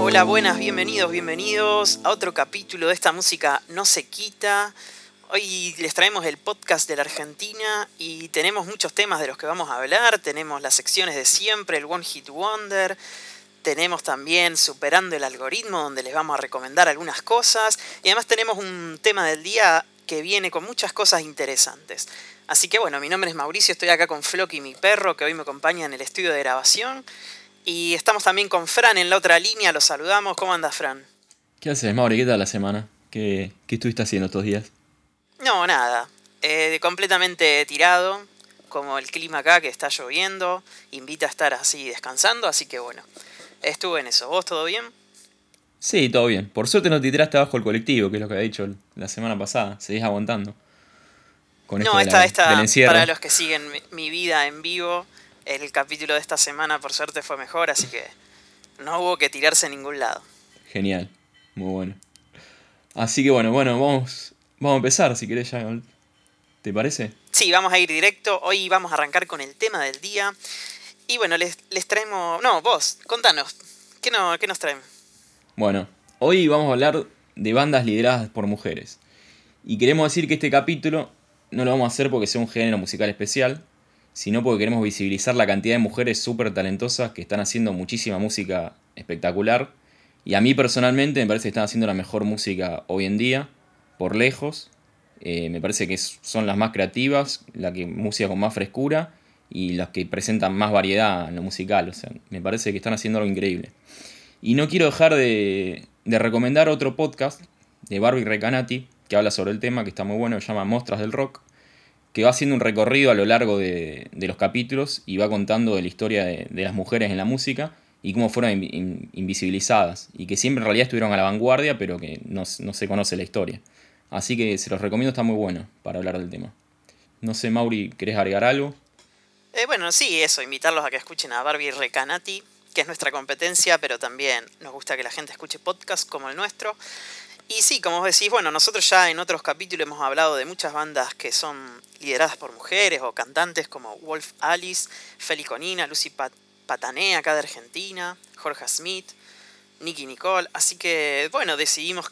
Hola, buenas, bienvenidos a otro capítulo de esta música no se quita. Hoy les traemos el podcast de la Argentina y tenemos muchos temas de los que vamos a hablar. Tenemos las secciones de siempre, el One Hit Wonder. Tenemos también Superando el Algoritmo, donde les vamos a recomendar algunas cosas. Y además tenemos un tema del día que viene con muchas cosas interesantes. Así que bueno, mi nombre es Mauricio, estoy acá con Floki, mi perro, que hoy me acompaña en el estudio de grabación. Y estamos también con Fran en la otra línea, lo saludamos. ¿Cómo andas, Fran? ¿Qué haces, Mauri? ¿Qué tal la semana? ¿Qué estuviste haciendo estos días? No, nada. Completamente tirado, como el clima acá que está lloviendo, invita a estar así descansando, así que bueno, estuve en eso. ¿Vos todo bien? Sí, todo bien. Por suerte no te tiraste abajo el colectivo, que es lo que había dicho la semana pasada. Seguís aguantando con esto No, del para encierro. los que siguen mi vida en vivo, el capítulo de esta semana por suerte fue mejor, así que no hubo que tirarse a ningún lado. Genial. Muy bueno. Así que bueno, vamos a empezar si querés ya. ¿Te parece? Sí, vamos a ir directo. Hoy vamos a arrancar con el tema del día. Y bueno, les traemos... No, vos, contanos. ¿Qué nos traen? Bueno, hoy vamos a hablar de bandas lideradas por mujeres. Y queremos decir que este capítulo no lo vamos a hacer porque sea un género musical especial, sino porque queremos visibilizar la cantidad de mujeres súper talentosas que están haciendo muchísima música espectacular. Y a mí personalmente me parece que están haciendo la mejor música hoy en día, por lejos. Me parece que son las más creativas, música con más frescura y las que presentan más variedad en lo musical. O sea, me parece que están haciendo algo increíble. Y no quiero dejar de recomendar otro podcast de Barbie Recanati, que habla sobre el tema, que está muy bueno, se llama Mostras del Rock, que va haciendo un recorrido a lo largo de los capítulos y va contando de la historia de las mujeres en la música y cómo fueron invisibilizadas. Y que siempre en realidad estuvieron a la vanguardia, pero que no se conoce la historia. Así que se los recomiendo, está muy bueno para hablar del tema. No sé, Mauri, ¿querés agregar algo? Bueno, sí, eso, invitarlos a que escuchen a Barbie Recanati, que es nuestra competencia, pero también nos gusta que la gente escuche podcasts como el nuestro. Y sí, como vos decís, bueno, nosotros ya en otros capítulos hemos hablado de muchas bandas que son lideradas por mujeres o cantantes como Wolf Alice, Feli Conina, Lucy Patané, acá de Argentina, Jorge Smith, Nicky Nicole. Así que, bueno, decidimos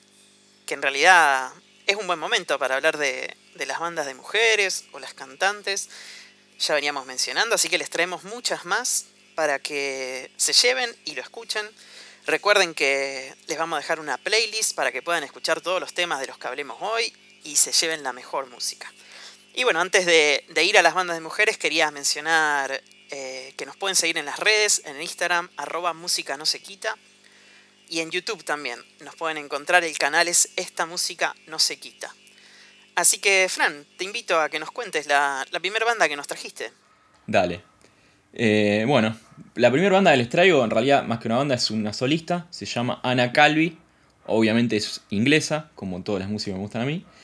que en realidad es un buen momento para hablar de las bandas de mujeres o las cantantes. Ya veníamos mencionando, así que les traemos muchas más para que se lleven y lo escuchen. Recuerden que les vamos a dejar una playlist para que puedan escuchar todos los temas de los que hablemos hoy y se lleven la mejor música. Y bueno, antes de ir a las bandas de mujeres, quería mencionar que nos pueden seguir en las redes, en Instagram, @música no se quita. Y en YouTube también nos pueden encontrar, el canal es Esta Música No Se Quita. Así que, Fran, te invito a que nos cuentes la primera banda que nos trajiste. Dale. Bueno, la primera banda que les traigo, en realidad más que una banda, es una solista, se llama Anna Calvi, obviamente es inglesa, como todas las músicas que me gustan a mí.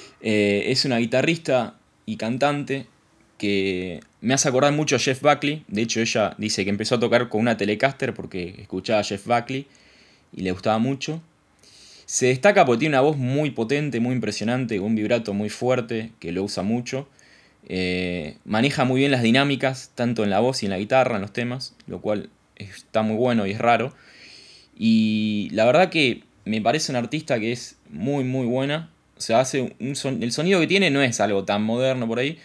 Es una guitarrista y cantante que me hace acordar mucho a Jeff Buckley. De hecho, ella dice que empezó a tocar con una Telecaster porque escuchaba a Jeff Buckley y le gustaba mucho. Se destaca porque tiene una voz muy potente, muy impresionante, un vibrato muy fuerte que lo usa mucho. Maneja muy bien las dinámicas, tanto en la voz y en la guitarra, en los temas, lo cual está muy bueno y es raro. Y la verdad que me parece una artista que es muy muy buena. O sea, el sonido que tiene no es algo tan moderno por ahí,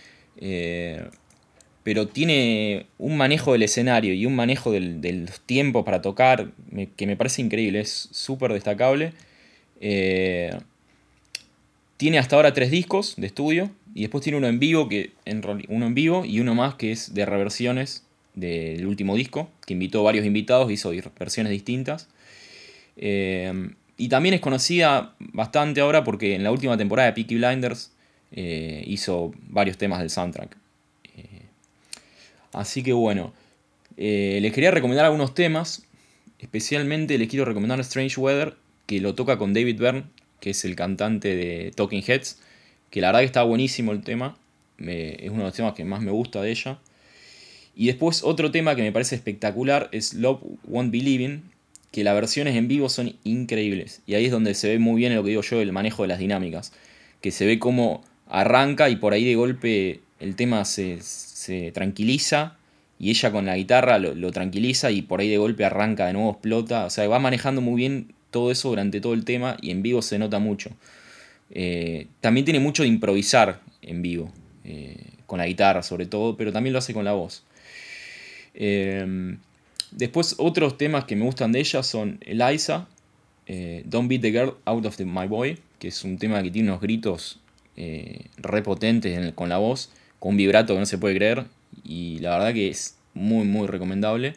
pero tiene un manejo del escenario y un manejo de los tiempos para tocar que me parece increíble, es súper destacable. Eh, Tiene hasta ahora 3 discos de estudio y después tiene uno en vivo, uno en vivo y uno más que es de reversiones del último disco, que invitó varios invitados, hizo versiones distintas. Y también es conocida bastante ahora porque en la última temporada de Peaky Blinders hizo varios temas del soundtrack. Así que bueno, les quería recomendar algunos temas. Especialmente les quiero recomendar Strange Weather, que lo toca con David Byrne, que es el cantante de Talking Heads, que la verdad que está buenísimo el tema. Es uno de los temas que más me gusta de ella. Y después otro tema que me parece espectacular es Love Won't Be Living, que las versiones en vivo son increíbles. Y ahí es donde se ve muy bien lo que digo yo, el manejo de las dinámicas. Que se ve cómo arranca y por ahí de golpe el tema se tranquiliza y ella con la guitarra lo tranquiliza y por ahí de golpe arranca, de nuevo explota. O sea, va manejando muy bien todo eso durante todo el tema y en vivo se nota mucho. También tiene mucho de improvisar en vivo, con la guitarra sobre todo, pero también lo hace con la voz. Después otros temas que me gustan de ella son Eliza, Don't Beat the Girl Out of My Boy, que es un tema que tiene unos gritos re potentes con la voz, con un vibrato que no se puede creer, y la verdad que es muy muy recomendable.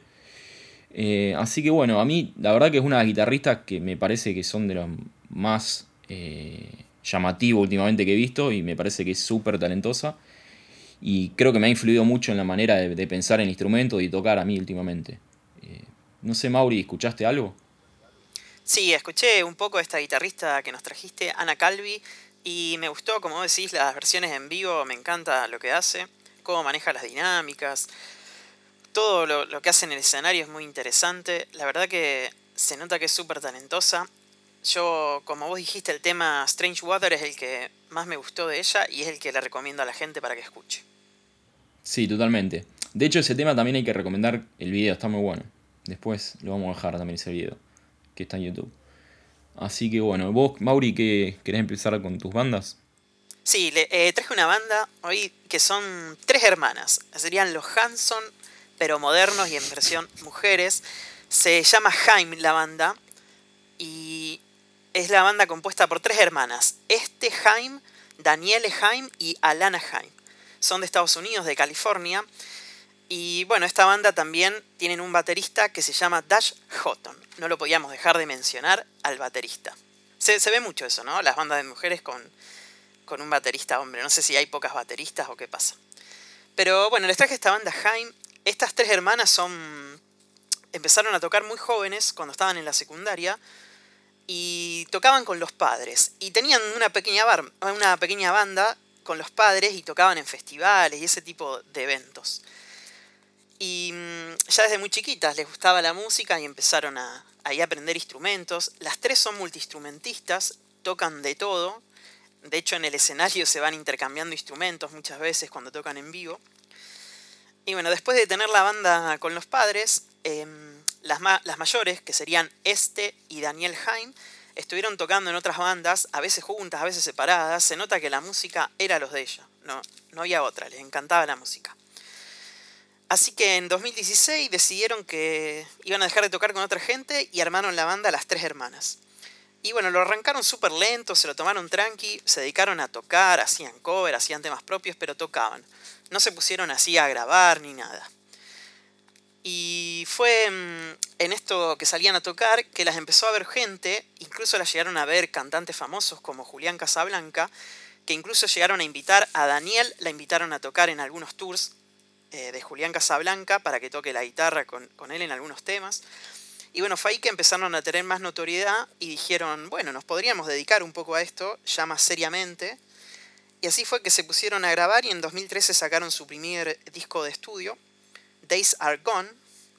Así que bueno, a mí la verdad que es una guitarrista que me parece que son de los más llamativos últimamente que he visto, y me parece que es súper talentosa, y creo que me ha influido mucho en la manera de pensar en instrumentos y tocar a mí últimamente. No sé, Mauri, ¿escuchaste algo? Sí, escuché un poco de esta guitarrista que nos trajiste, Ana Calvi, y me gustó, como vos decís, las versiones en vivo, me encanta lo que hace, cómo maneja las dinámicas, todo lo que hace en el escenario es muy interesante. La verdad que se nota que es súper talentosa. Yo, como vos dijiste, el tema Strange Water es el que más me gustó de ella y es el que le recomiendo a la gente para que escuche. Sí, totalmente. De hecho, ese tema también hay que recomendar el video, está muy bueno. Después lo vamos a dejar también ese video, que está en YouTube. Así que bueno, vos, Mauri, ¿qué querés empezar con tus bandas? Sí, traje una banda hoy que son tres hermanas. Serían los Hanson, pero modernos y en versión mujeres. Se llama Haim la banda y es la banda compuesta por tres hermanas. Haim, Danielle Haim y Alana Haim. Son de Estados Unidos, de California. Y bueno, esta banda también tienen un baterista que se llama Dash Houghton. No lo podíamos dejar de mencionar al baterista. Se ve mucho eso, ¿no? Las bandas de mujeres con un baterista hombre. No sé si hay pocas bateristas o qué pasa. Pero bueno, les traje esta banda Haim. Estas tres hermanas empezaron a tocar muy jóvenes cuando estaban en la secundaria y tocaban con los padres. Y tenían una pequeña banda con los padres y tocaban en festivales y ese tipo de eventos. Y ya desde muy chiquitas les gustaba la música y empezaron a aprender instrumentos. Las tres son multiinstrumentistas, tocan de todo. De hecho, en el escenario se van intercambiando instrumentos muchas veces cuando tocan en vivo. Y bueno, después de tener la banda con los padres, las mayores, que serían y Danielle Haim, estuvieron tocando en otras bandas, a veces juntas, a veces separadas. Se nota que la música era los de ella, no había otra, les encantaba la música. Así que en 2016 decidieron que iban a dejar de tocar con otra gente y armaron la banda Las Tres Hermanas. Y bueno, lo arrancaron súper lento, se lo tomaron tranqui, se dedicaron a tocar, hacían cover, hacían temas propios, pero tocaban. No se pusieron así a grabar ni nada. Y fue en esto que salían a tocar que las empezó a ver gente, incluso las llegaron a ver cantantes famosos como Julián Casablanca, que incluso llegaron a invitar a Daniel, la invitaron a tocar en algunos tours de Julián Casablanca para que toque la guitarra con él en algunos temas. Y bueno, fue ahí que empezaron a tener más notoriedad y dijeron, bueno, nos podríamos dedicar un poco a esto, ya más seriamente. Y así fue que se pusieron a grabar y en 2013 sacaron su primer disco de estudio, Days Are Gone.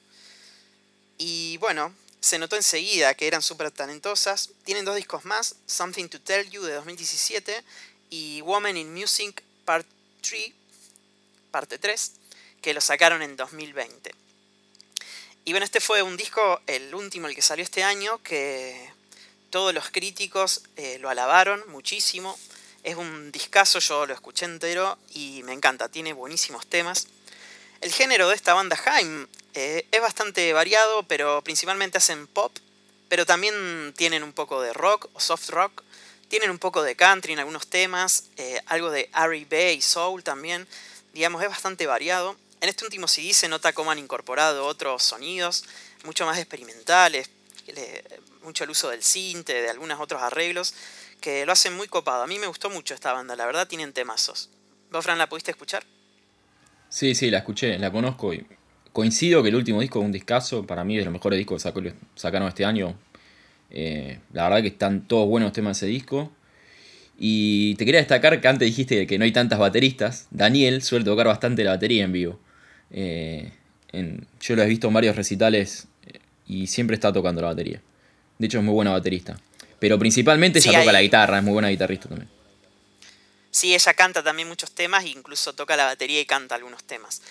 Y bueno, se notó enseguida que eran súper talentosas. Tienen dos discos más, Something to Tell You de 2017 y Woman in Music Part 3, parte 3, que lo sacaron en 2020. Y bueno, este fue un disco, el último, el que salió este año, que todos los críticos lo alabaron muchísimo. Es un discazo, yo lo escuché entero y me encanta, tiene buenísimos temas. El género de esta banda Haim es bastante variado, pero principalmente hacen pop, pero también tienen un poco de rock o soft rock. Tienen un poco de country en algunos temas, algo de R&B y soul también. Digamos, es bastante variado. En este último CD se nota cómo han incorporado otros sonidos, mucho más experimentales, mucho el uso del synth, de algunos otros arreglos, que lo hacen muy copado. A mí me gustó mucho esta banda, la verdad tienen temazos. ¿Vos, Fran, la pudiste escuchar? Sí, sí, la escuché, la conozco y coincido que el último disco es un discazo, para mí es de los mejores discos que sacaron este año. La verdad que están todos buenos temas de ese disco. Y te quería destacar que antes dijiste que no hay tantas bateristas. Daniel suele tocar bastante la batería en vivo. Eh, yo lo he visto en varios recitales y siempre está tocando la batería. De hecho es muy buena baterista. Pero principalmente ella Sí, toca la guitarra, es muy buena guitarrista también. sí, ella canta también muchos temas e incluso toca la batería y canta algunos temas.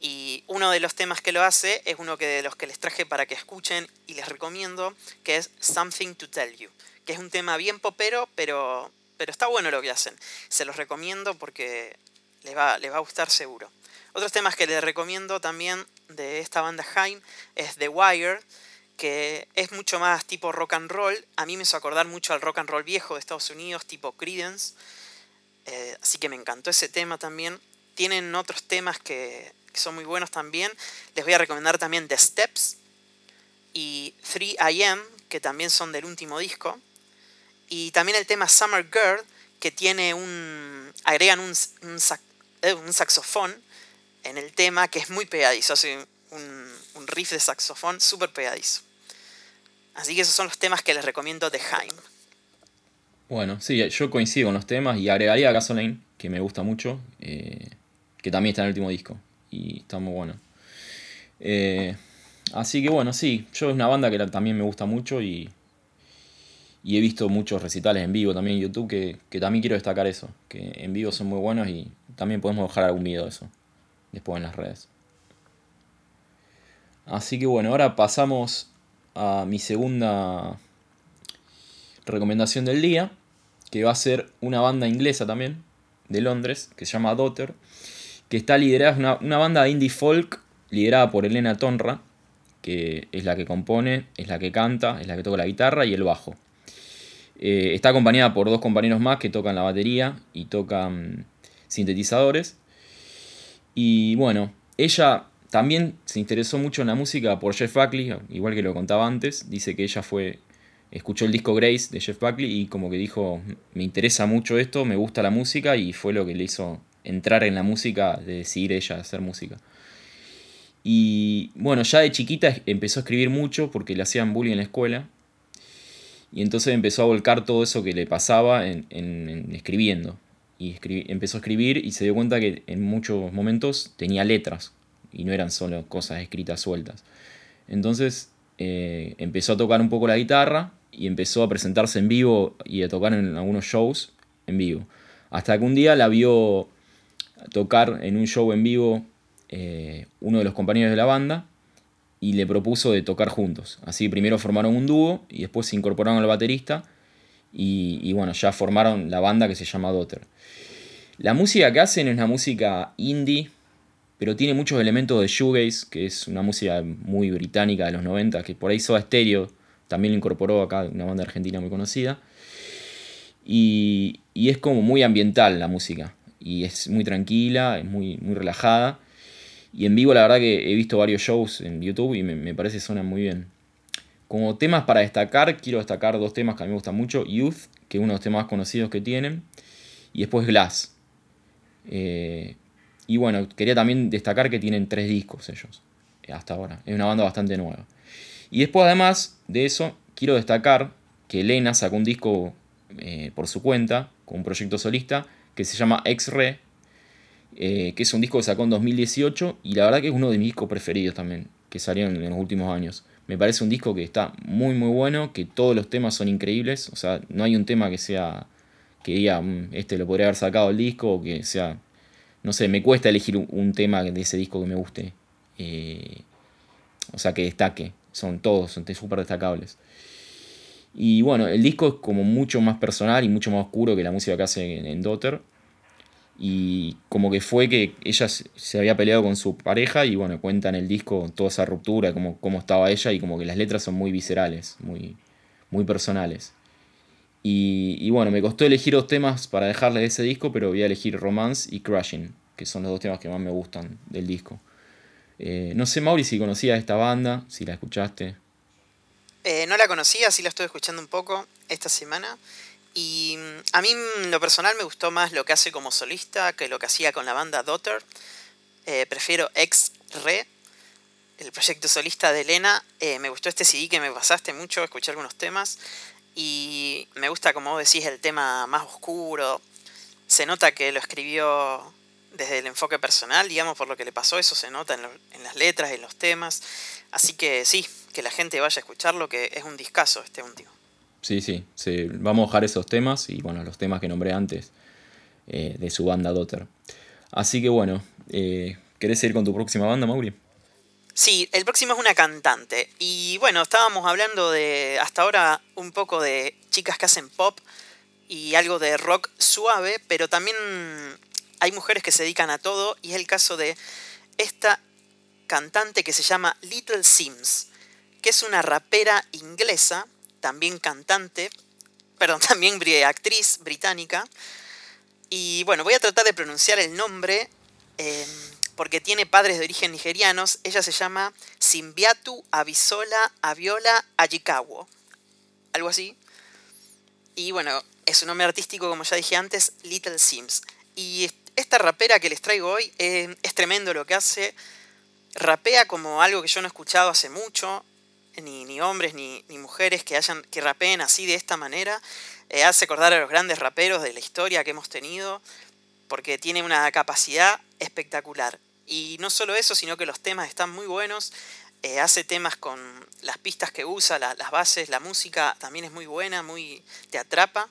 Y uno de los temas que lo hace es uno de los que les traje para que escuchen y les recomiendo, que es Something to Tell You, que es un tema bien popero, pero está bueno lo que hacen. Se los recomiendo porque les va a gustar seguro. Otros temas que les recomiendo también de esta banda Haim es The Wire, que es mucho más tipo rock and roll. A mí me hizo acordar mucho al rock and roll viejo de Estados Unidos, tipo Creedence. Así que me encantó ese tema también. Tienen otros temas que son muy buenos también. Les voy a recomendar también The Steps y 3am, que también son del último disco. Y también el tema Summer Girl, que tiene agregan un saxofón en el tema que es muy pegadizo. Hace un riff de saxofón súper pegadizo. Así que esos son los temas que les recomiendo de Haim. Bueno, sí, yo coincido con los temas y agregaría a Gasoline, que me gusta mucho, que también está en el último disco y está muy bueno. Así que bueno, sí, yo es una banda que también me gusta mucho y he visto muchos recitales en vivo también en YouTube que también quiero destacar eso, que en vivo son muy buenos y también podemos dejar algún video de eso después en las redes. Así que bueno, ahora pasamos a mi segunda recomendación del día, que va a ser una banda inglesa también, de Londres, que se llama Daughter, que está liderada, es una banda de indie folk liderada por Elena Tonra, que es la que compone, es la que canta, es la que toca la guitarra y el bajo. Está acompañada por dos compañeros más que tocan la batería y tocan sintetizadores. Y bueno, ella también se interesó mucho en la música por Jeff Buckley, igual que lo contaba antes. Dice que ella escuchó el disco Grace de Jeff Buckley y como que dijo, me interesa mucho esto, me gusta la música, y fue lo que le hizo entrar en la música, de decidir ella hacer música. Y bueno, ya de chiquita empezó a escribir mucho porque le hacían bullying en la escuela. Y entonces empezó a volcar todo eso que le pasaba en escribiendo. Y empezó a escribir y se dio cuenta que en muchos momentos tenía letras y no eran solo cosas escritas sueltas. Entonces empezó a tocar un poco la guitarra y empezó a presentarse en vivo y a tocar en algunos shows en vivo. Hasta que un día la vio tocar en un show en vivo uno de los compañeros de la banda y le propuso de tocar juntos. Así primero formaron un dúo y después se incorporaron al baterista y bueno, ya formaron la banda que se llama Daughter. La música que hacen es una música indie, pero tiene muchos elementos de shoegaze, que es una música muy británica de los 90, que por ahí Soda Stereo también lo incorporó acá, una banda argentina muy conocida. Y es como muy ambiental la música, y es muy tranquila, es muy relajada. Y en vivo la verdad que he visto varios shows en YouTube y me parece que suenan muy bien. Como temas para destacar, quiero destacar dos temas que a mí me gustan mucho. Youth, que es uno de los temas más conocidos que tienen. Y después Glass. Y bueno, quería también destacar que tienen 3 discos ellos, hasta ahora. Es una banda bastante nueva. Y después además de eso, quiero destacar que Elena sacó un disco por su cuenta, con un proyecto solista, que se llama X-Ray. Que es un disco que sacó en 2018 y la verdad que es uno de mis discos preferidos también, que salieron en los últimos años. Me parece un disco que está muy bueno, que todos los temas son increíbles, o sea, no hay un tema que diga, este lo podría haber sacado el disco, o que sea, no sé, me cuesta elegir un tema de ese disco que me guste, o sea, que destaque, son súper destacables. Y bueno, el disco es como mucho más personal y mucho más oscuro que la música que hace en Daughter. Y como que fue que ella se había peleado con su pareja y bueno, cuenta en el disco toda esa ruptura, cómo estaba ella, y como que las letras son muy viscerales, muy personales. Y bueno, me costó elegir 2 temas para dejarle de ese disco, pero voy a elegir Romance y Crushing, que son los 2 temas que más me gustan del disco. No sé, Mauri, si conocías esta banda, si la escuchaste. No la conocía, sí la estuve escuchando un poco esta semana. Y a mí en lo personal me gustó más lo que hace como solista que lo que hacía con la banda Daughter. Prefiero X-Re, el proyecto solista de Elena. Me gustó este CD que me pasaste mucho, escuché algunos temas. Y me gusta, como vos decís, el tema más oscuro. Se nota que lo escribió desde el enfoque personal, digamos, por lo que le pasó. Eso se nota en las letras, en los temas. Así que sí, que la gente vaya a escucharlo, que es un discazo este último. Sí, vamos a dejar esos temas y bueno, los temas que nombré antes de su banda Daughter. Así que bueno, ¿Querés ir con tu próxima banda, Mauri? Sí, el próximo es una cantante. Y bueno, estábamos hablando de hasta ahora un poco de chicas que hacen pop y algo de rock suave, pero también hay mujeres que se dedican a todo y es el caso de esta cantante que se llama Little Sims, que es una rapera inglesa, también cantante, perdón, también actriz británica. Y bueno, voy a tratar de pronunciar el nombre eh, porque tiene padres de origen nigerianos. Ella se llama Simbiatu Abisola Abiola Ajikawo, algo así. Y bueno, es su nombre artístico, como ya dije antes, Little Sims. Y esta rapera que les traigo hoy es tremendo lo que hace. Rapea como algo que yo no he escuchado hace mucho. Ni hombres ni mujeres que rapeen así de esta manera. Hace acordar a los grandes raperos de la historia que hemos tenido, porque tiene una capacidad espectacular. Y no solo eso, sino que los temas están muy buenos. Hace temas con las pistas que usa, las bases, la música también es muy buena, te atrapa.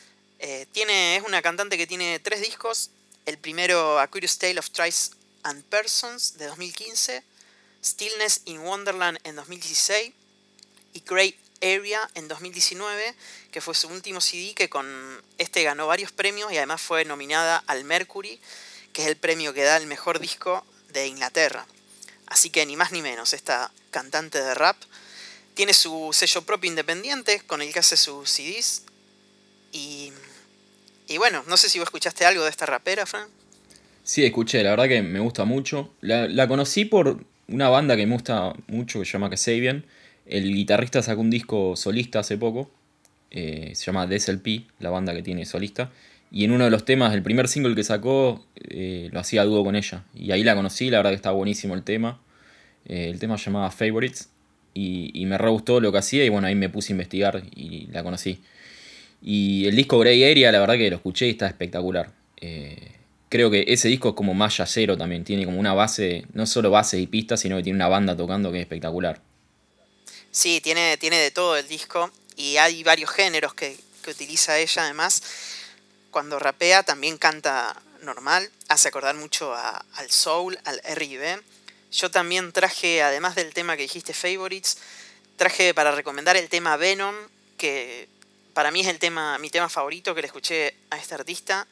Es una cantante que tiene 3 discos. El primero, A Curious Tale of Trice and Persons, de 2015. Stillness in Wonderland en 2016. Y Grey Area en 2019, que fue su último CD, que con este ganó varios premios y además fue nominada al Mercury, que es el premio que da el mejor disco de Inglaterra. Así que ni más ni menos, esta cantante de rap tiene su sello propio independiente con el que hace sus CDs. Y bueno, no sé si vos escuchaste algo de esta rapera, Fran. Sí, escuché, la verdad que me gusta mucho. La conocí por una banda que me gusta mucho que se llama Kasabian. El guitarrista sacó un disco solista hace poco. Se llama DSLP, la banda que tiene solista. Y en uno de los temas, el primer single que sacó, lo hacía a dúo con ella. Y ahí la conocí, la verdad que está buenísimo el tema. El tema se llamaba Favorites. Y me re gustó lo que hacía y bueno, ahí me puse a investigar y la conocí. Y el disco Grey Area, la verdad que lo escuché y está espectacular. Creo que ese disco es como más yacero también. Tiene como una base, no solo bases y pistas, sino que tiene una banda tocando que es espectacular. Sí, tiene de todo el disco y hay varios géneros que utiliza ella además. Cuando rapea también canta normal, hace acordar mucho al soul, al R&B. Yo también traje, además del tema que dijiste, Favorites, traje para recomendar el tema Venom, que para mí es mi tema favorito que le escuché a este artista,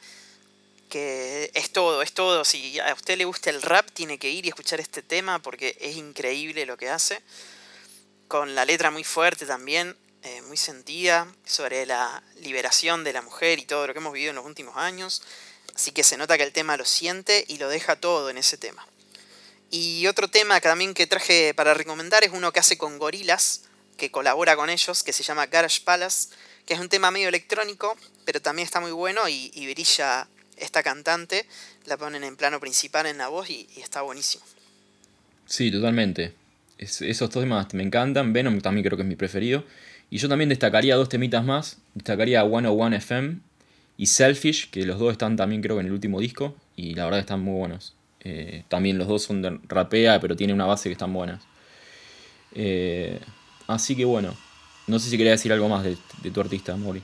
que es todo, es todo. Si a usted le gusta el rap, tiene que ir y escuchar este tema porque es increíble lo que hace, con la letra muy fuerte también, muy sentida, sobre la liberación de la mujer y todo lo que hemos vivido en los últimos años. Así que se nota que el tema lo siente y lo deja todo en ese tema. Y otro tema que también que traje para recomendar es uno que hace con Gorillaz, que colabora con ellos, que se llama Garage Palace, que es un tema medio electrónico, pero también está muy bueno y brilla esta cantante, la ponen en plano principal en la voz y está buenísimo. Sí, totalmente. Esos dos temas me encantan. Venom también creo que es mi preferido. Y yo también destacaría 2 temitas más. Destacaría 101 FM y Selfish, que los dos están también creo que en el último disco. Y la verdad que están muy buenos. También los dos son de rapea, pero tienen una base que están buenas. Eh, Así que bueno. No sé si quería decir algo más de tu artista, Mori.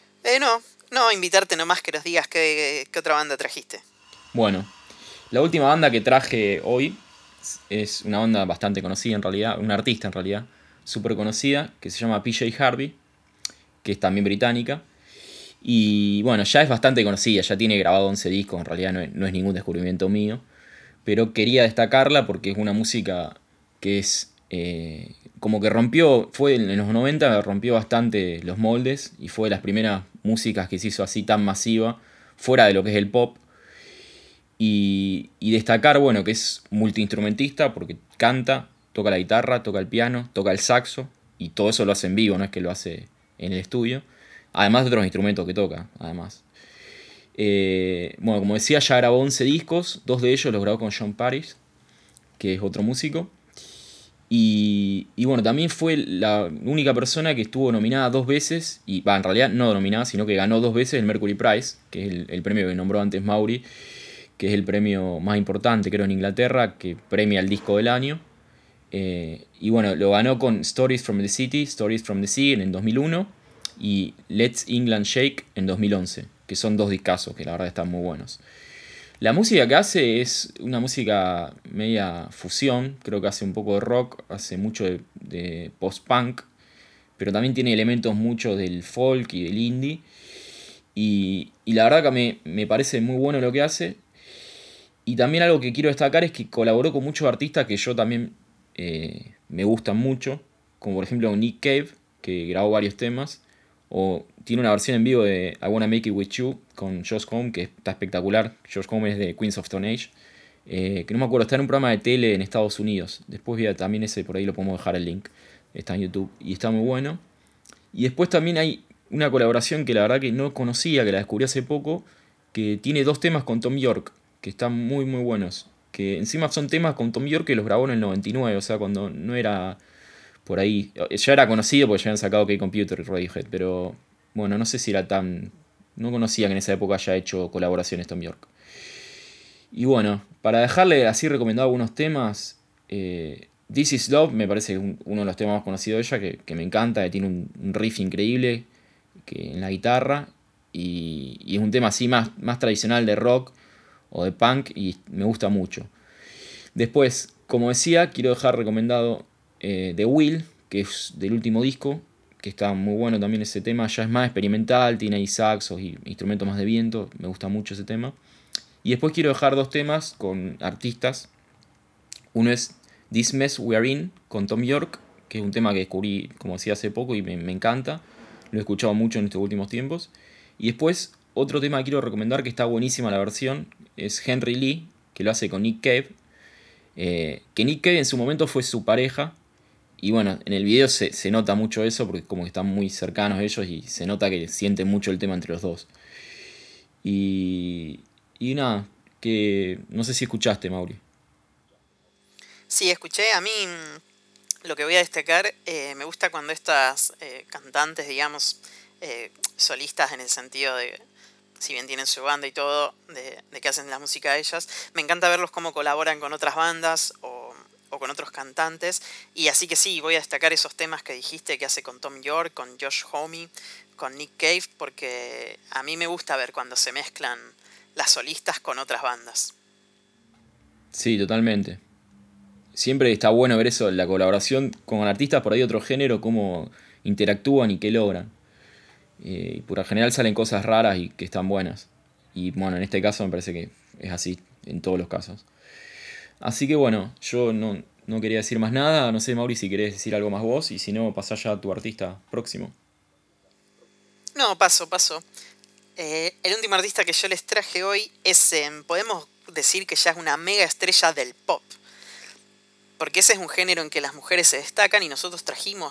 No, invitarte nomás que nos digas qué otra banda trajiste. Bueno, la última banda que traje hoy es una banda bastante conocida en realidad, una artista en realidad, súper conocida, que se llama PJ Harvey, que es también británica. Y bueno, ya es bastante conocida, ya tiene grabado 11 discos, en realidad no es ningún descubrimiento mío. Pero quería destacarla porque es una música que es como que fue en los 90 rompió bastante los moldes y fue de las primeras músicas que se hizo así tan masiva, fuera de lo que es el pop. Y destacar, bueno, que es multiinstrumentista porque canta, toca la guitarra, toca el piano, toca el saxo y todo eso lo hace en vivo, no es que lo hace en el estudio. Además de otros instrumentos que toca, además. Bueno, como decía, ya grabó 11 discos, 2 de ellos los grabó con John Paris, que es otro músico. Y bueno, también fue la única persona que estuvo nominada 2 veces, y en realidad no nominada, sino que ganó 2 veces el Mercury Prize, que es el premio que nombró antes Mauri, que es el premio más importante, creo, en Inglaterra, que premia el disco del año. Y bueno, lo ganó con Stories from the City, Stories from the Sea en 2001 y Let's England Shake en 2011, que son 2 discazos que la verdad están muy buenos. La música que hace es una música media fusión, creo que hace un poco de rock, hace mucho de post-punk, pero también tiene elementos mucho del folk y del indie. Y la verdad que me parece muy bueno lo que hace. Y también algo que quiero destacar es que colaboró con muchos artistas que yo también me gustan mucho, como por ejemplo Nick Cave, que grabó varios temas, o tiene una versión en vivo de I Wanna Make It With You con Josh Homme, que está espectacular. Josh Homme es de Queens of Stone Age, que no me acuerdo, está en un programa de tele en Estados Unidos. Después también ese, por ahí lo podemos dejar el link, está en YouTube y está muy bueno. Y después también hay una colaboración que la verdad que no conocía, que la descubrí hace poco, que tiene dos temas con Tom York, que están muy muy buenos. Que encima son temas con Tom York que los grabó en el 99, o sea, cuando no era por ahí. Ya era conocido porque ya habían sacado K-Computer y Radiohead, pero bueno, no sé si era tan. No conocía que en esa época haya hecho colaboraciones Tom York. Y bueno, para dejarle así recomendado algunos temas, This Is Love me parece uno de los temas más conocidos de ella, que me encanta, que tiene un riff increíble en la guitarra, y es un tema así más tradicional de rock o de punk, y me gusta mucho. Después, como decía, quiero dejar recomendado The Will, que es del último disco, que está muy bueno también ese tema, ya es más experimental, tiene ahí saxos y instrumentos más de viento, me gusta mucho ese tema. Y después quiero dejar dos temas con artistas. Uno es This Mess We Are In con Tom York, que es un tema que descubrí, como decía, hace poco y me encanta. Lo he escuchado mucho en estos últimos tiempos. Y después, otro tema que quiero recomendar, que está buenísima la versión, es Henry Lee, que lo hace con Nick Cave. Que Nick Cave en su momento fue su pareja. Y bueno, en el video se nota mucho eso, porque como que están muy cercanos ellos y se nota que sienten mucho el tema entre los dos. Y, y nada, que no sé si escuchaste, Mauri. Sí, escuché. A mí lo que voy a destacar, me gusta cuando estas cantantes, digamos, solistas en el sentido de, si bien tienen su banda y todo, de que hacen la música a ellas, me encanta verlos cómo colaboran con otras bandas o con otros cantantes. Y así que sí, voy a destacar esos temas que dijiste que hace con Tom York, con Josh Homme, con Nick Cave, porque a mí me gusta ver cuando se mezclan las solistas con otras bandas. Sí, totalmente. Siempre está bueno ver eso, la colaboración con artistas por ahí de otro género, cómo interactúan y qué logran. Y por lo general salen cosas raras y que están buenas. Y bueno, en este caso me parece que es así en todos los casos. Así que bueno, yo no quería decir más nada. No sé, Mauri, si querés decir algo más vos. Y si no, pasá ya a tu artista próximo. No, paso. El último artista que yo les traje hoy es, podemos decir que ya es una mega estrella del pop. Porque ese es un género en que las mujeres se destacan y nosotros trajimos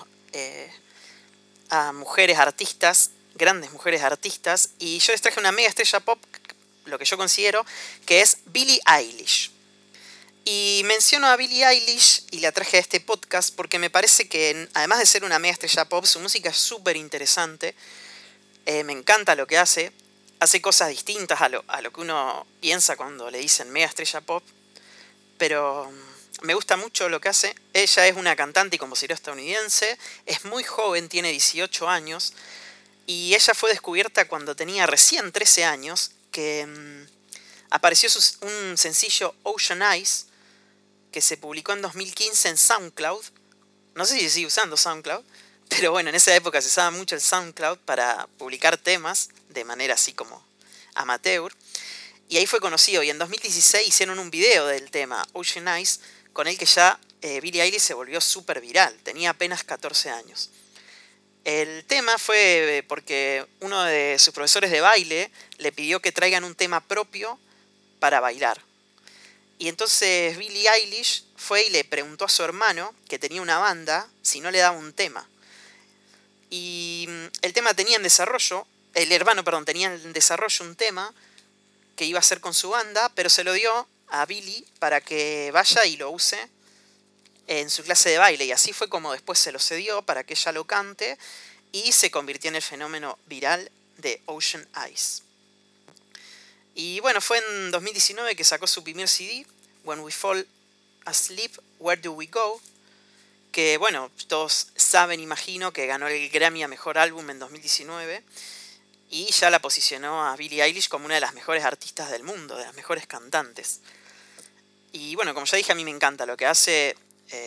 a mujeres artistas, grandes mujeres artistas, y yo les traje una mega estrella pop, lo que yo considero, que es Billie Eilish. Y menciono a Billie Eilish y la traje a este podcast porque me parece que, además de ser una mega estrella pop, su música es súper interesante. Me encanta lo que hace. Hace cosas distintas a lo que uno piensa cuando le dicen mega estrella pop. Pero me gusta mucho lo que hace. Ella es una cantante y compositora estadounidense. Es muy joven, tiene 18 años. Y ella fue descubierta cuando tenía recién 13 años. Que apareció un sencillo Ocean Eyes, que se publicó en 2015 en SoundCloud. No sé si sigue usando SoundCloud, pero bueno, en esa época se usaba mucho el SoundCloud para publicar temas de manera así como amateur. Y ahí fue conocido, y en 2016 hicieron un video del tema Ocean Eyes, con el que ya Billie Eilish se volvió súper viral, tenía apenas 14 años. El tema fue porque uno de sus profesores de baile le pidió que traigan un tema propio para bailar. Y entonces Billie Eilish fue y le preguntó a su hermano, que tenía una banda, si no le daba un tema. Y el tema tenía en desarrollo, el hermano, perdón, tenía en desarrollo un tema que iba a hacer con su banda, pero se lo dio a Billie para que vaya y lo use en su clase de baile. Y así fue como después se lo cedió para que ella lo cante y se convirtió en el fenómeno viral de Ocean Eyes. Y bueno, fue en 2019 que sacó su primer CD, When We Fall Asleep, Where Do We Go? Que bueno, todos saben, imagino, que ganó el Grammy a Mejor Álbum en 2019. y ya la posicionó a Billie Eilish como una de las mejores artistas del mundo, de las mejores cantantes. Y bueno, como ya dije, a mí me encanta lo que hace,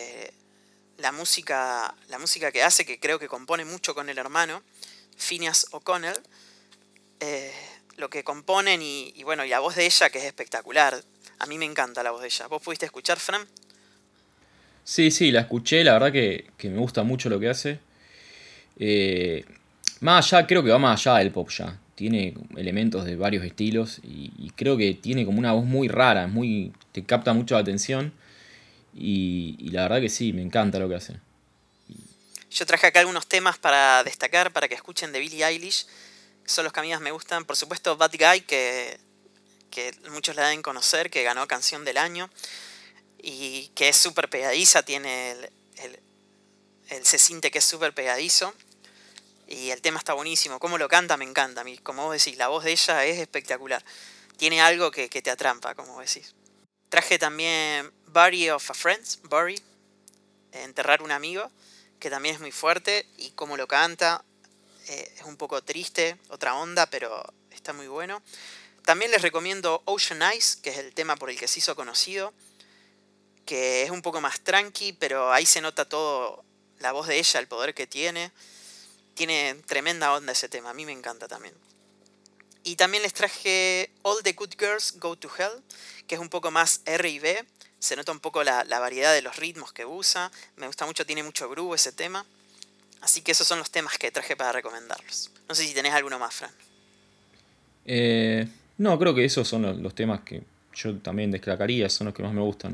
la música que hace, que creo que compone mucho con el hermano, Phineas O'Connell, eh, lo que componen y bueno, y la voz de ella que es espectacular. A mí me encanta la voz de ella. ¿Vos pudiste escuchar, Fran? Sí, sí, la escuché, la verdad que me gusta mucho lo que hace. Eh, Más allá, creo que va más allá del pop ya. Tiene elementos de varios estilos y creo que tiene como una voz muy rara, muy, te capta mucho la atención y la verdad que sí, me encanta lo que hace. Yo traje acá algunos temas para destacar, para que escuchen de Billie Eilish. Son los que a mí más me gustan. Por supuesto, Bad Guy, que muchos la deben conocer, que ganó Canción del Año. Y que es súper pegadiza, tiene el se siente que es súper pegadizo. Y el tema está buenísimo. Cómo lo canta, me encanta. A mí, como vos decís, la voz de ella es espectacular. Tiene algo que te atrampa, como vos decís. Traje también Bury of a Friend, Bury, Enterrar un amigo, que también es muy fuerte. Y cómo lo canta, es un poco triste, otra onda, pero está muy bueno. También les recomiendo Ocean Eyes, que es el tema por el que se hizo conocido, que es un poco más tranqui, pero ahí se nota todo, la voz de ella, el poder que tiene. Tiene tremenda onda ese tema, a mí me encanta también. Y también les traje All the Good Girls Go to Hell, que es un poco más R&B. Se nota un poco la variedad de los ritmos que usa. Me gusta mucho, tiene mucho groove ese tema. Así que esos son los temas que traje para recomendarlos. No sé si tenés alguno más, Fran. Eh, no, creo que esos son los temas que yo también destacaría, son los que más me gustan.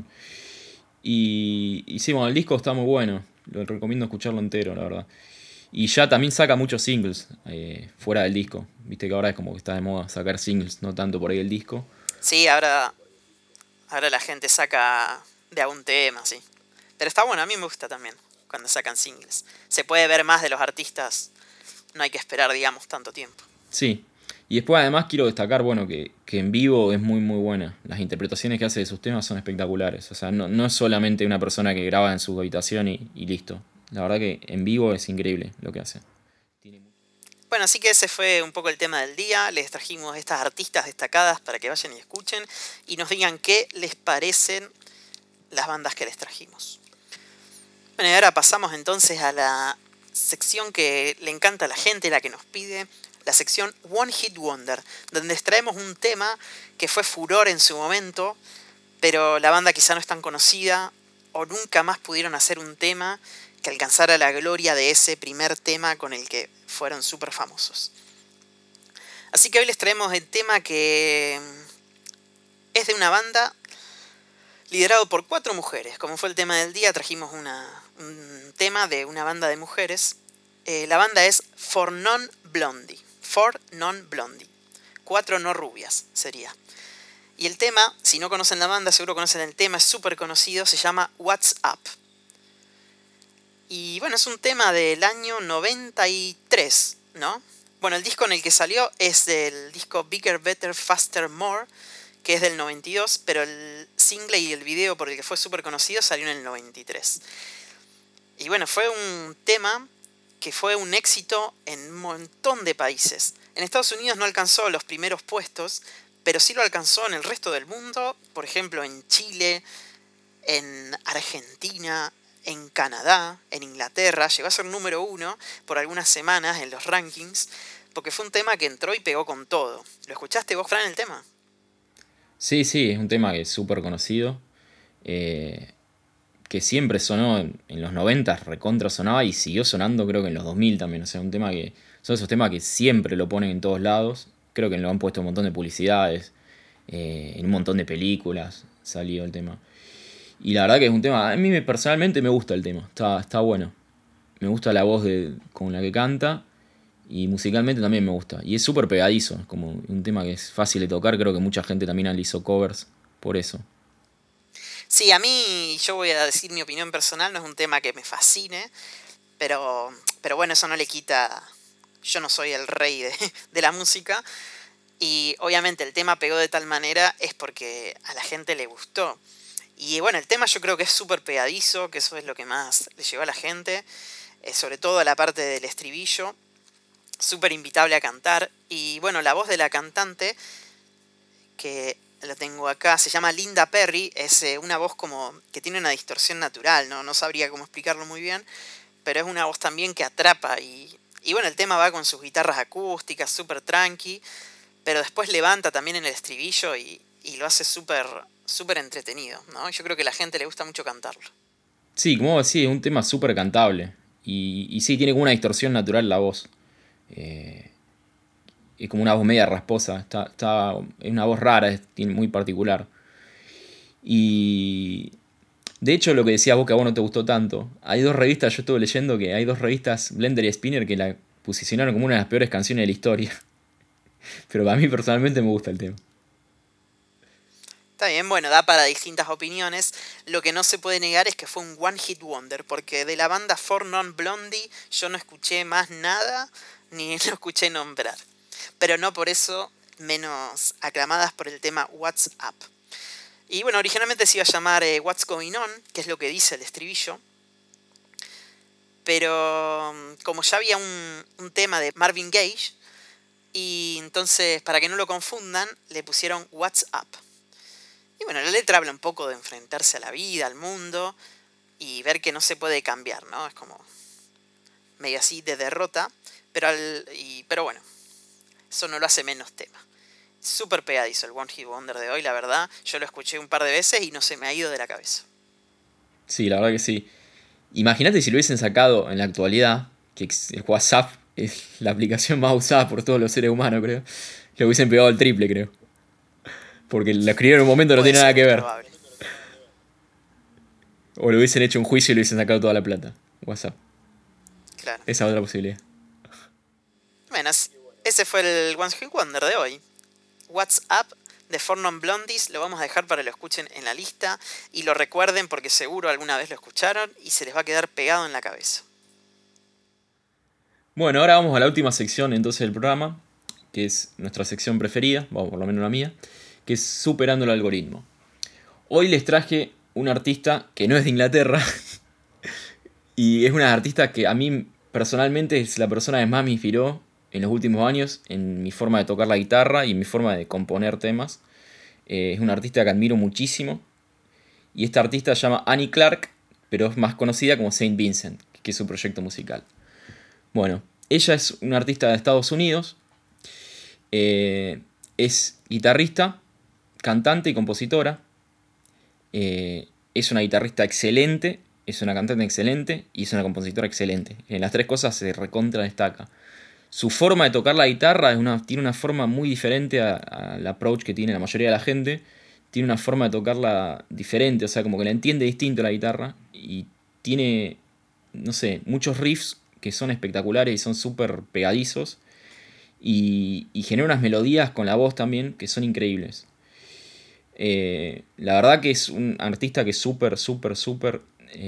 Y sí, bueno, el disco está muy bueno, lo recomiendo escucharlo entero, la verdad. Y ya también saca muchos singles fuera del disco. Viste que ahora es como que está de moda sacar singles, no tanto por ahí el disco. Sí, ahora la gente saca de algún tema, sí. Pero está bueno, a mí me gusta también cuando sacan singles. Se puede ver más de los artistas, no hay que esperar, digamos, tanto tiempo. Sí. Y después además quiero destacar, bueno, que en vivo es muy muy buena. Las interpretaciones que hace de sus temas son espectaculares. O sea, no es solamente una persona que graba en su habitación y listo. La verdad que en vivo es increíble lo que hace. Bueno, así que ese fue un poco el tema del día. Les trajimos estas artistas destacadas para que vayan y escuchen y nos digan qué les parecen las bandas que les trajimos. Bueno, y ahora pasamos entonces a la sección que le encanta a la gente, la que nos pide, la sección One Hit Wonder, donde les traemos un tema que fue furor en su momento, pero la banda quizá no es tan conocida o nunca más pudieron hacer un tema que alcanzara la gloria de ese primer tema con el que fueron súper famosos. Así que hoy les traemos el tema que es de una banda liderado por 4 mujeres. Como fue el tema del día, trajimos un tema de una banda de mujeres. La banda es For Non Blondie. For Non Blondie. 4 no rubias sería. Y el tema, si no conocen la banda, seguro conocen el tema, es súper conocido, se llama What's Up. Y bueno, es un tema del año 93, ¿no? Bueno, el disco en el que salió es del disco Bigger, Better, Faster, More, que es del 92, pero el single y el video por el que fue súper conocido salió en el 93. Y bueno, fue un tema que fue un éxito en un montón de países. En Estados Unidos no alcanzó los primeros puestos, pero sí lo alcanzó en el resto del mundo, por ejemplo en Chile, en Argentina, en Canadá, en Inglaterra. Llegó a ser número 1 por algunas semanas en los rankings, porque fue un tema que entró y pegó con todo. ¿Lo escuchaste vos, Fran, el tema? Sí, sí, es un tema que es súper conocido. Que siempre sonó en los 90, recontra sonaba y siguió sonando creo que en los 2000 también. O sea, un tema que son esos temas que siempre lo ponen en todos lados. Creo que lo han puesto en un montón de publicidades, en un montón de películas salió el tema. Y la verdad que es un tema, a mí personalmente me gusta el tema, está bueno. Me gusta la voz con la que canta y musicalmente también me gusta. Y es súper pegadizo, es como un tema que es fácil de tocar, creo que mucha gente también le hizo covers por eso. Sí, a mí, yo voy a decir mi opinión personal, no es un tema que me fascine, pero bueno, eso no le quita, yo no soy el rey de la música, y obviamente el tema pegó de tal manera es porque a la gente le gustó. Y bueno, el tema yo creo que es súper pegadizo, que eso es lo que más le llegó a la gente, sobre todo a la parte del estribillo, súper invitable a cantar. Y bueno, la voz de la cantante, que la tengo acá, se llama Linda Perry, es una voz como que tiene una distorsión natural, ¿no? No sabría cómo explicarlo muy bien, pero es una voz también que atrapa y bueno, el tema va con sus guitarras acústicas, súper tranqui, pero después levanta también en el estribillo y lo hace súper súper entretenido, ¿no? Yo creo que a la gente le gusta mucho cantarlo. Sí, como vos decís, es un tema súper cantable. Y sí, tiene como una distorsión natural la voz. Eh, es como una voz media rasposa. Es una voz rara, muy particular. Y de hecho, lo que decías vos que a vos no te gustó tanto, hay dos revistas, yo estuve leyendo que hay dos revistas, Blender y Spinner, que la posicionaron como una de las peores canciones de la historia. Pero a mí personalmente me gusta el tema. Está bien, bueno, da para distintas opiniones. Lo que no se puede negar es que fue un One Hit Wonder, porque de la banda Four Non Blondie yo no escuché más nada, ni lo escuché nombrar. Pero no por eso menos aclamadas por el tema What's Up. Y bueno, originalmente se iba a llamar What's Going On, que es lo que dice el estribillo. Pero como ya había un tema de Marvin Gaye, y entonces para que no lo confundan, le pusieron What's Up. Y bueno, la letra habla un poco de enfrentarse a la vida, al mundo, y ver que no se puede cambiar, ¿no? Es como medio así de derrota, pero bueno, eso no lo hace menos tema. Súper pegadizo el One Hit Wonder de hoy, la verdad. Yo lo escuché un par de veces y no se me ha ido de la cabeza. Sí, la verdad que sí. Imagínate si lo hubiesen sacado en la actualidad, que el WhatsApp es la aplicación más usada por todos los seres humanos, creo. Le hubiesen pegado el triple, creo. Porque lo escribieron en un momento no Puede tiene nada ser, que es ver. probable. O le hubiesen hecho un juicio y le hubiesen sacado toda la plata. WhatsApp. Claro. Esa es otra posibilidad. Bueno, ese fue el One Hit Wonder de hoy. What's Up de Four Non Blondies. Lo vamos a dejar para que lo escuchen en la lista y lo recuerden porque seguro alguna vez lo escucharon y se les va a quedar pegado en la cabeza. Bueno, ahora vamos a la última sección entonces del programa, que es nuestra sección preferida, vamos, por lo menos la mía, que es Superando el Algoritmo. Hoy les traje un artista que no es de Inglaterra y es una artista que a mí personalmente es la persona que más me inspiró en los últimos años en mi forma de tocar la guitarra y en mi forma de componer temas. Es una artista que admiro muchísimo y esta artista se llama Annie Clark, pero es más conocida como Saint Vincent, que es su proyecto musical. Bueno, ella es una artista de Estados Unidos, es guitarrista, cantante y compositora. Es una guitarrista excelente, es una cantante excelente y es una compositora excelente. En las tres cosas se recontra destaca. Su forma de tocar la guitarra tiene una forma muy diferente al approach que tiene la mayoría de la gente. Tiene una forma de tocarla diferente, o sea, como que la entiende distinto la guitarra. Y tiene, no sé, muchos riffs que son espectaculares y son súper pegadizos. Y genera unas melodías con la voz también que son increíbles. La verdad que es un artista que súper, súper, súper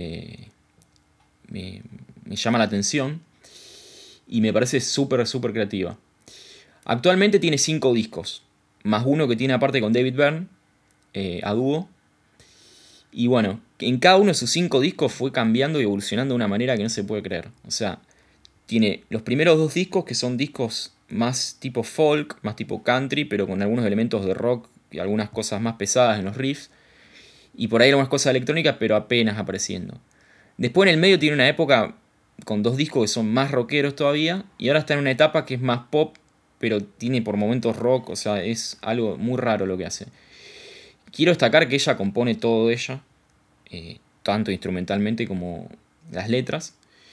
me llama la atención y me parece súper, súper creativa. Actualmente tiene 5 discos, más uno que tiene aparte con David Byrne, a dúo. Y bueno, en cada uno de sus 5 discos fue cambiando y evolucionando de una manera que no se puede creer. O sea, tiene los primeros 2 discos que son discos más tipo folk, más tipo country, pero con algunos elementos de rock y algunas cosas más pesadas en los riffs. Y por ahí algunas cosas electrónicas, pero apenas apareciendo. Después en el medio tiene una época con 2 discos que son más rockeros todavía. Y ahora está en una etapa que es más pop, pero tiene por momentos rock. O sea, es algo muy raro lo que hace. Quiero destacar que ella compone todo ella, tanto instrumentalmente como las letras.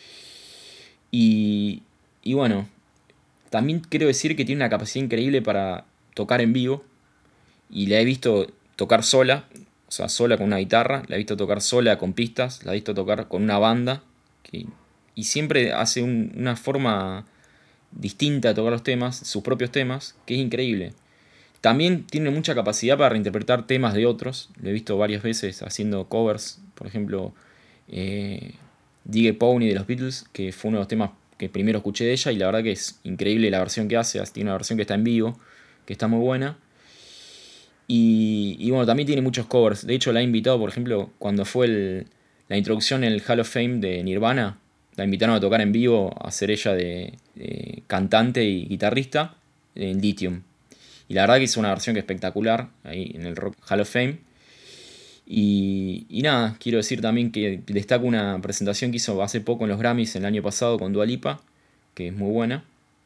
Y bueno, también quiero decir que tiene una capacidad increíble para tocar en vivo. Y la he visto tocar sola, o sea, sola con una guitarra. La he visto tocar sola con pistas. La he visto tocar con una banda. Y siempre hace una forma distinta de tocar los temas, sus propios temas, que es increíble. También tiene mucha capacidad para reinterpretar temas de otros. Lo he visto varias veces haciendo covers. Por ejemplo, Dig a Pony de los Beatles, que fue uno de los temas que primero escuché de ella. Y la verdad que es increíble la versión que hace. Tiene una versión que está en vivo, que está muy buena. Y bueno, también tiene muchos covers. De hecho, la he invitado, por ejemplo, cuando fue la introducción en el Hall of Fame de Nirvana. La invitaron a tocar en vivo, a ser ella de cantante y guitarrista en Lithium. Y la verdad que hizo una versión que es espectacular, ahí en el Rock Hall of Fame. Y nada, quiero decir también que destaco una presentación que hizo hace poco en los Grammys el año pasado con Dua Lipa, que es muy buena.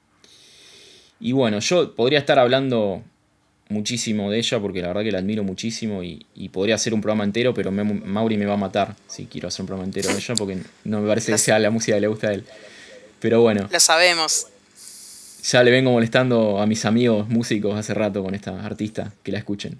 Y bueno, yo podría estar hablando muchísimo de ella porque la verdad que la admiro muchísimo y podría hacer un programa entero, pero Mauri me va a matar si quiero hacer un programa entero de ella porque no me parece que sea la música que le gusta a él. Pero bueno, Lo sabemos. ya le vengo molestando a mis amigos músicos hace rato con esta artista que la escuchen.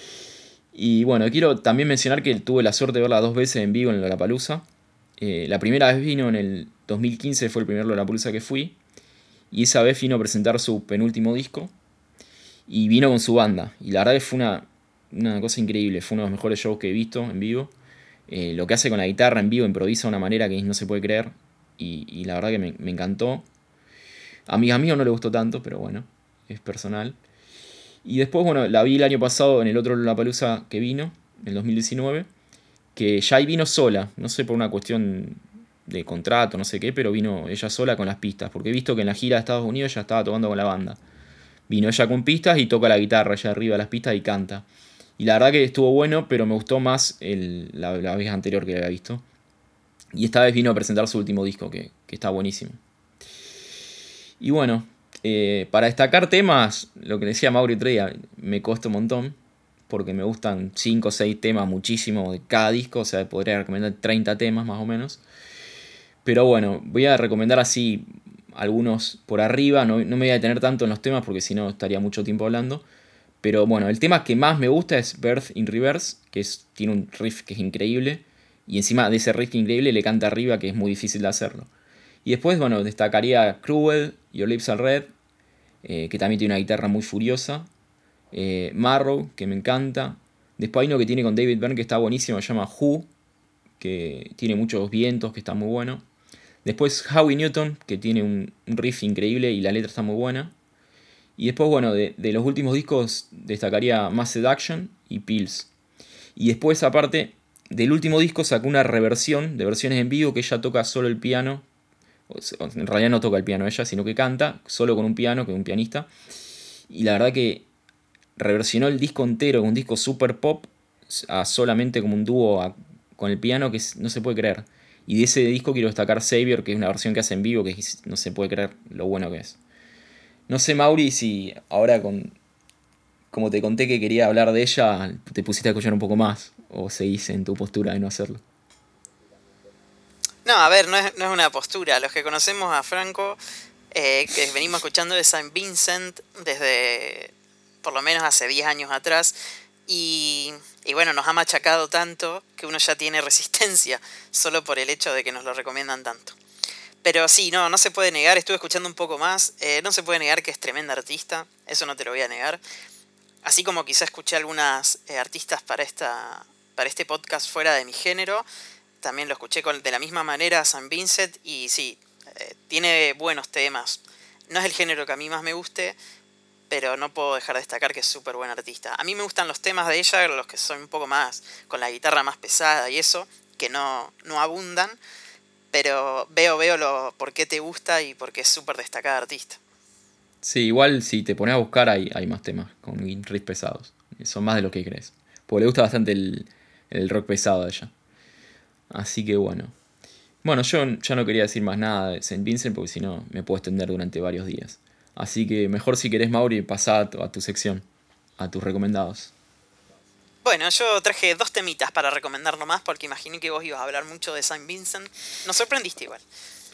Y bueno, quiero también mencionar que tuve la suerte de verla 2 veces en vivo en Lollapalooza. La primera vez vino en el 2015, fue el primer Lollapalooza que fui. Y esa vez vino a presentar su penúltimo disco. Y vino con su banda. Y la verdad que fue una cosa increíble. Fue uno de los mejores shows que he visto en vivo. Lo que hace con la guitarra en vivo, improvisa de una manera que no se puede creer. Y la verdad que me encantó. A mis amigos no les gustó tanto, pero bueno, es personal. Y después, bueno, la vi el año pasado en el otro Lollapalooza que vino, en el 2019, que ya ahí vino sola, no sé por una cuestión de contrato, no sé qué, pero vino ella sola con las pistas, porque he visto que en la gira de Estados Unidos ya estaba tocando con la banda. Vino ella con pistas y toca la guitarra allá arriba de las pistas y canta. Y la verdad que estuvo bueno, pero me gustó más la vez anterior que había visto. Y esta vez vino a presentar su último disco, que está buenísimo. Y bueno, para destacar temas, lo que decía Mauri otro día, me cuesta un montón, porque me gustan 5 o 6 temas muchísimo de cada disco, o sea, podría recomendar 30 temas más o menos. Pero bueno, voy a recomendar así algunos por arriba, no me voy a detener tanto en los temas porque si no estaría mucho tiempo hablando. Pero bueno, el tema que más me gusta es Birth in Reverse, tiene un riff que es increíble, y encima de ese riff increíble le canta arriba, que es muy difícil de hacerlo. Y después, bueno, destacaría Cruel, Your Lips Are Red, que también tiene una guitarra muy furiosa. Marrow, que me encanta. Después hay uno que tiene con David Byrne que está buenísimo, se llama Who, que tiene muchos vientos, que está muy bueno. Después Howie Newton, que tiene un riff increíble y la letra está muy buena. Y después, bueno, de los últimos discos destacaría Mass Seduction y Pills. Y después, aparte, del último disco sacó una reversión de versiones en vivo que ella toca solo el piano. En realidad no toca el piano ella, sino que canta solo con un piano, que es un pianista. Y la verdad que reversionó el disco entero, un disco super pop, a solamente como un dúo con el piano que no se puede creer. Y de ese disco quiero destacar Savior, que es una versión que hace en vivo que no se puede creer lo bueno que es. No sé, Mauri, si ahora como te conté que quería hablar de ella, te pusiste a escuchar un poco más o seguís en tu postura de no hacerlo. No, a ver, no es una postura. Los que conocemos a Franco, que venimos escuchando de Saint Vincent desde por lo menos hace 10 años atrás, y bueno, nos ha machacado tanto que uno ya tiene resistencia solo por el hecho de que nos lo recomiendan tanto. Pero sí, no se puede negar, estuve escuchando un poco más, no se puede negar que es tremenda artista, eso no te lo voy a negar. Así como quizá escuché algunas artistas para este podcast fuera de mi género, también lo escuché de la misma manera a San Vincent y sí, tiene buenos temas. No es el género que a mí más me guste, pero no puedo dejar de destacar que es súper buena artista. A mí me gustan los temas de ella, los que son un poco más con la guitarra más pesada y eso, que no abundan, pero veo por qué te gusta y por qué es súper destacada artista. Sí, igual si te pones a buscar hay más temas con riffs pesados. Son más de lo que crees. Porque le gusta bastante el rock pesado a ella. Así que bueno. Bueno, yo ya no quería decir más nada de Saint Vincent porque si no me puedo extender durante varios días. Así que mejor si querés, Mauri, pasá a tu sección, a tus recomendados. Bueno, yo traje 2 temitas para recomendar nomás porque imaginé que vos ibas a hablar mucho de Saint Vincent. Nos sorprendiste igual.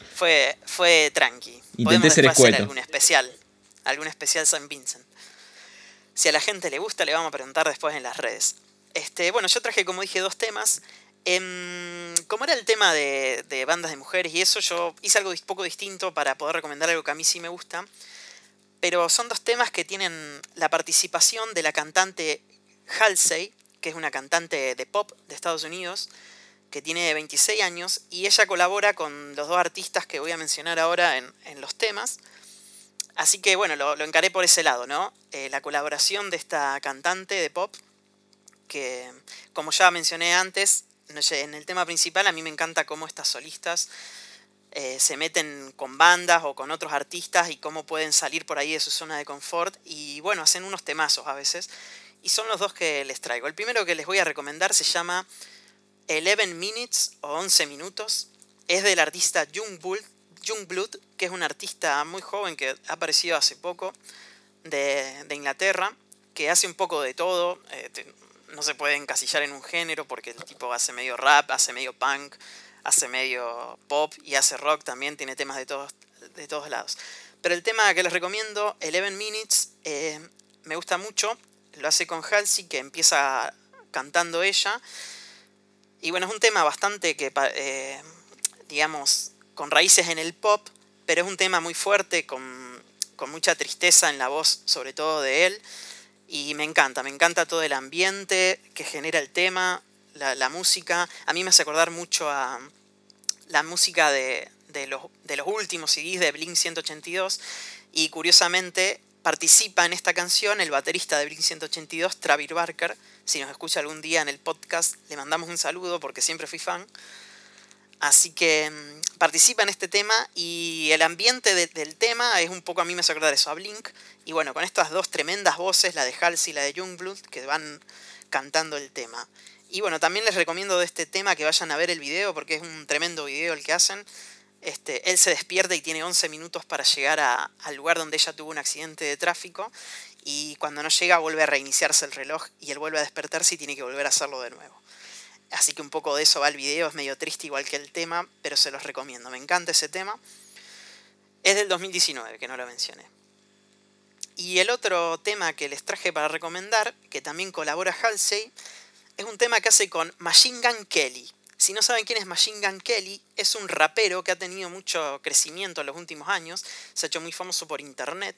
Fue tranqui. Podemos Intenté ser después hacer escueto. algún especial Saint Vincent. Si a la gente le gusta, le vamos a preguntar después en las redes. Bueno, yo traje, como dije, 2 temas. Como era el tema de bandas de mujeres y eso, yo hice algo un poco distinto para poder recomendar algo que a mí sí me gusta. Pero son 2 temas que tienen la participación de la cantante Halsey, que es una cantante de pop de Estados Unidos, que tiene 26 años, y ella colabora con los 2 artistas que voy a mencionar ahora en los temas. Así que bueno, lo encaré por ese lado, ¿no? La colaboración de esta cantante de pop, que como ya mencioné antes, en el tema principal a mí me encanta cómo estas solistas se meten con bandas o con otros artistas y cómo pueden salir por ahí de su zona de confort. Y bueno, hacen unos temazos a veces. Y son los dos que les traigo. El primero que les voy a recomendar se llama 11 Minutes o 11 minutos. Es del artista Youngblood, que es un artista muy joven que ha aparecido hace poco de Inglaterra, que hace un poco de todo. No se puede encasillar en un género porque el tipo hace medio rap, hace medio punk, hace medio pop y hace rock también. Tiene temas de todos lados. Pero el tema que les recomiendo, 11 Minutes, me gusta mucho. Lo hace con Halsey, que empieza cantando ella. Y bueno, es un tema bastante digamos, con raíces en el pop, pero es un tema muy fuerte, con mucha tristeza en la voz, sobre todo de él. Y me encanta todo el ambiente que genera el tema, la música. A mí me hace acordar mucho a la música de los últimos CDs de Blink-182. Y curiosamente participa en esta canción el baterista de Blink-182, Travis Barker. Si nos escucha algún día en el podcast, le mandamos un saludo porque siempre fui fan. Así que participa en este tema y el ambiente del tema es un poco, a mí me hace acordar eso, a Blink. Y bueno, con estas dos tremendas voces, la de Halsey y la de Youngblood, que van cantando el tema. Y bueno, también les recomiendo de este tema que vayan a ver el video porque es un tremendo video el que hacen. Él se despierta y tiene 11 minutos para llegar al lugar donde ella tuvo un accidente de tráfico. Y cuando no llega vuelve a reiniciarse el reloj y él vuelve a despertarse y tiene que volver a hacerlo de nuevo. Así que un poco de eso va el video, es medio triste igual que el tema, pero se los recomiendo. Me encanta ese tema. Es del 2019, que no lo mencioné. Y el otro tema que les traje para recomendar, que también colabora Halsey, es un tema que hace con Machine Gun Kelly. Si no saben quién es Machine Gun Kelly, es un rapero que ha tenido mucho crecimiento en los últimos años. Se ha hecho muy famoso por internet.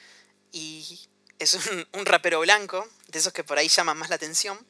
Y es un rapero blanco, de esos que por ahí llaman más la atención.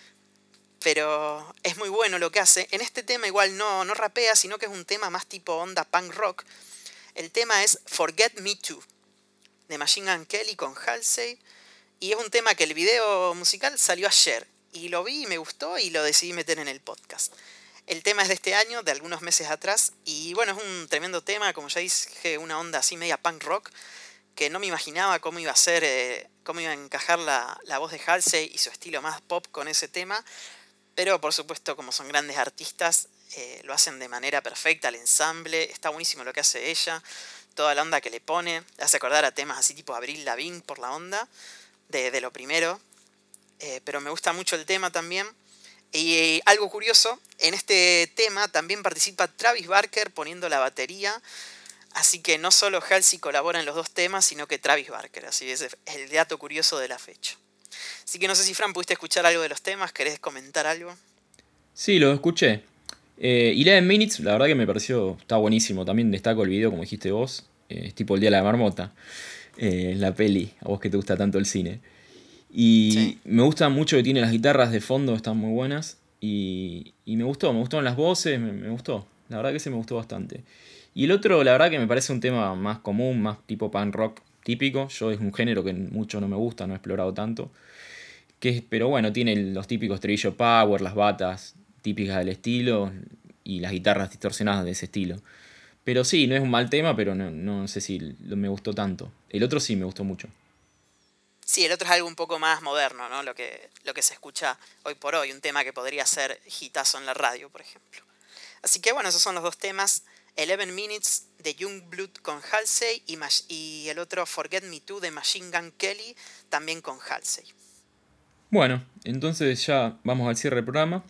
Pero es muy bueno lo que hace. En este tema igual no rapea, sino que es un tema más tipo onda punk rock. El tema es Forget Me Too, de Machine Gun Kelly con Halsey. Y es un tema que el video musical salió ayer. Y lo vi y me gustó y lo decidí meter en el podcast. El tema es de este año, de algunos meses atrás. Y bueno, es un tremendo tema, como ya dije, una onda así media punk rock. Que no me imaginaba cómo iba a ser, cómo iba a encajar la voz de Halsey y su estilo más pop con ese tema. Pero por supuesto, como son grandes artistas, lo hacen de manera perfecta, el ensamble, está buenísimo lo que hace ella, toda la onda que le pone, le hace acordar a temas así tipo Avril Lavigne por la onda, de lo primero, pero me gusta mucho el tema también. Y algo curioso, en este tema también participa Travis Barker poniendo la batería, así que no solo Halsey colabora en los dos temas, sino que Travis Barker, así es el dato curioso de la fecha. Así que no sé si, Fran, pudiste escuchar algo de los temas, ¿querés comentar algo? Sí, lo escuché. 11 Minutes, la verdad que me pareció, está buenísimo. También destaco el video, como dijiste vos. Es tipo el Día de la Marmota. La peli, a vos que te gusta tanto el cine. Sí. Y me gusta mucho que tiene las guitarras de fondo, están muy buenas. Y me gustaron las voces, me gustó. La verdad que ese me gustó bastante. Y el otro, la verdad que me parece un tema más común, más tipo punk rock típico. Yo es un género que mucho no me gusta, no he explorado tanto. Pero bueno, tiene los típicos estribillo power, las batas típicas del estilo y las guitarras distorsionadas de ese estilo. Pero sí, no es un mal tema, pero no sé si me gustó tanto. El otro sí me gustó mucho. Sí, el otro es algo un poco más moderno, ¿no? Lo que se escucha hoy por hoy, un tema que podría ser hitazo en la radio, por ejemplo. Así que bueno, esos son los dos temas. 11 Minutes de Youngblood con Halsey y el otro Forget Me Too de Machine Gun Kelly, también con Halsey. Bueno, entonces ya vamos al cierre del programa.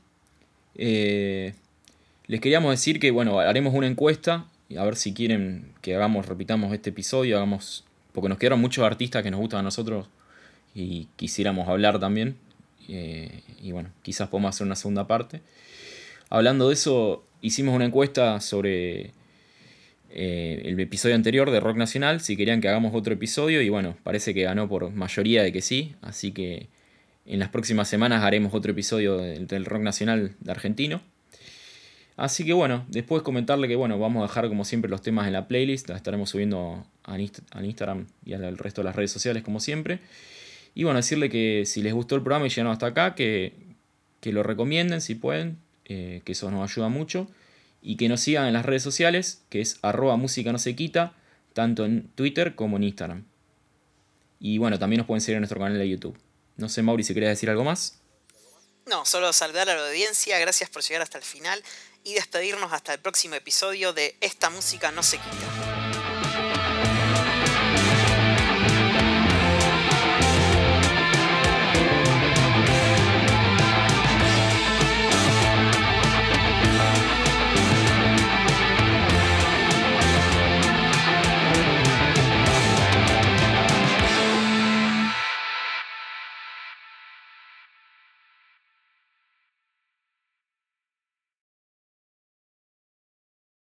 Les queríamos decir que bueno, haremos una encuesta a ver si quieren que repitamos este episodio, porque nos quedaron muchos artistas que nos gustan a nosotros y quisiéramos hablar también. Y bueno, quizás podamos hacer una segunda parte. Hablando de eso, hicimos una encuesta sobre el episodio anterior de Rock Nacional, si querían que hagamos otro episodio, y bueno, parece que ganó por mayoría de que sí, así que en las próximas semanas haremos otro episodio del Rock Nacional de argentino. Así que bueno, después comentarle que bueno, vamos a dejar como siempre los temas en la playlist, la estaremos subiendo al Instagram y al resto de las redes sociales como siempre. Y bueno, decirle que si les gustó el programa y llegaron hasta acá, que lo recomienden si pueden, que eso nos ayuda mucho. Y que nos sigan en las redes sociales, que es @musicanosequita, tanto en Twitter como en Instagram. Y bueno, también nos pueden seguir en nuestro canal de YouTube. No sé, Mauri, si querés decir algo más. No, solo saludar a la audiencia, gracias por llegar hasta el final y despedirnos hasta el próximo episodio de Esta música no se quita.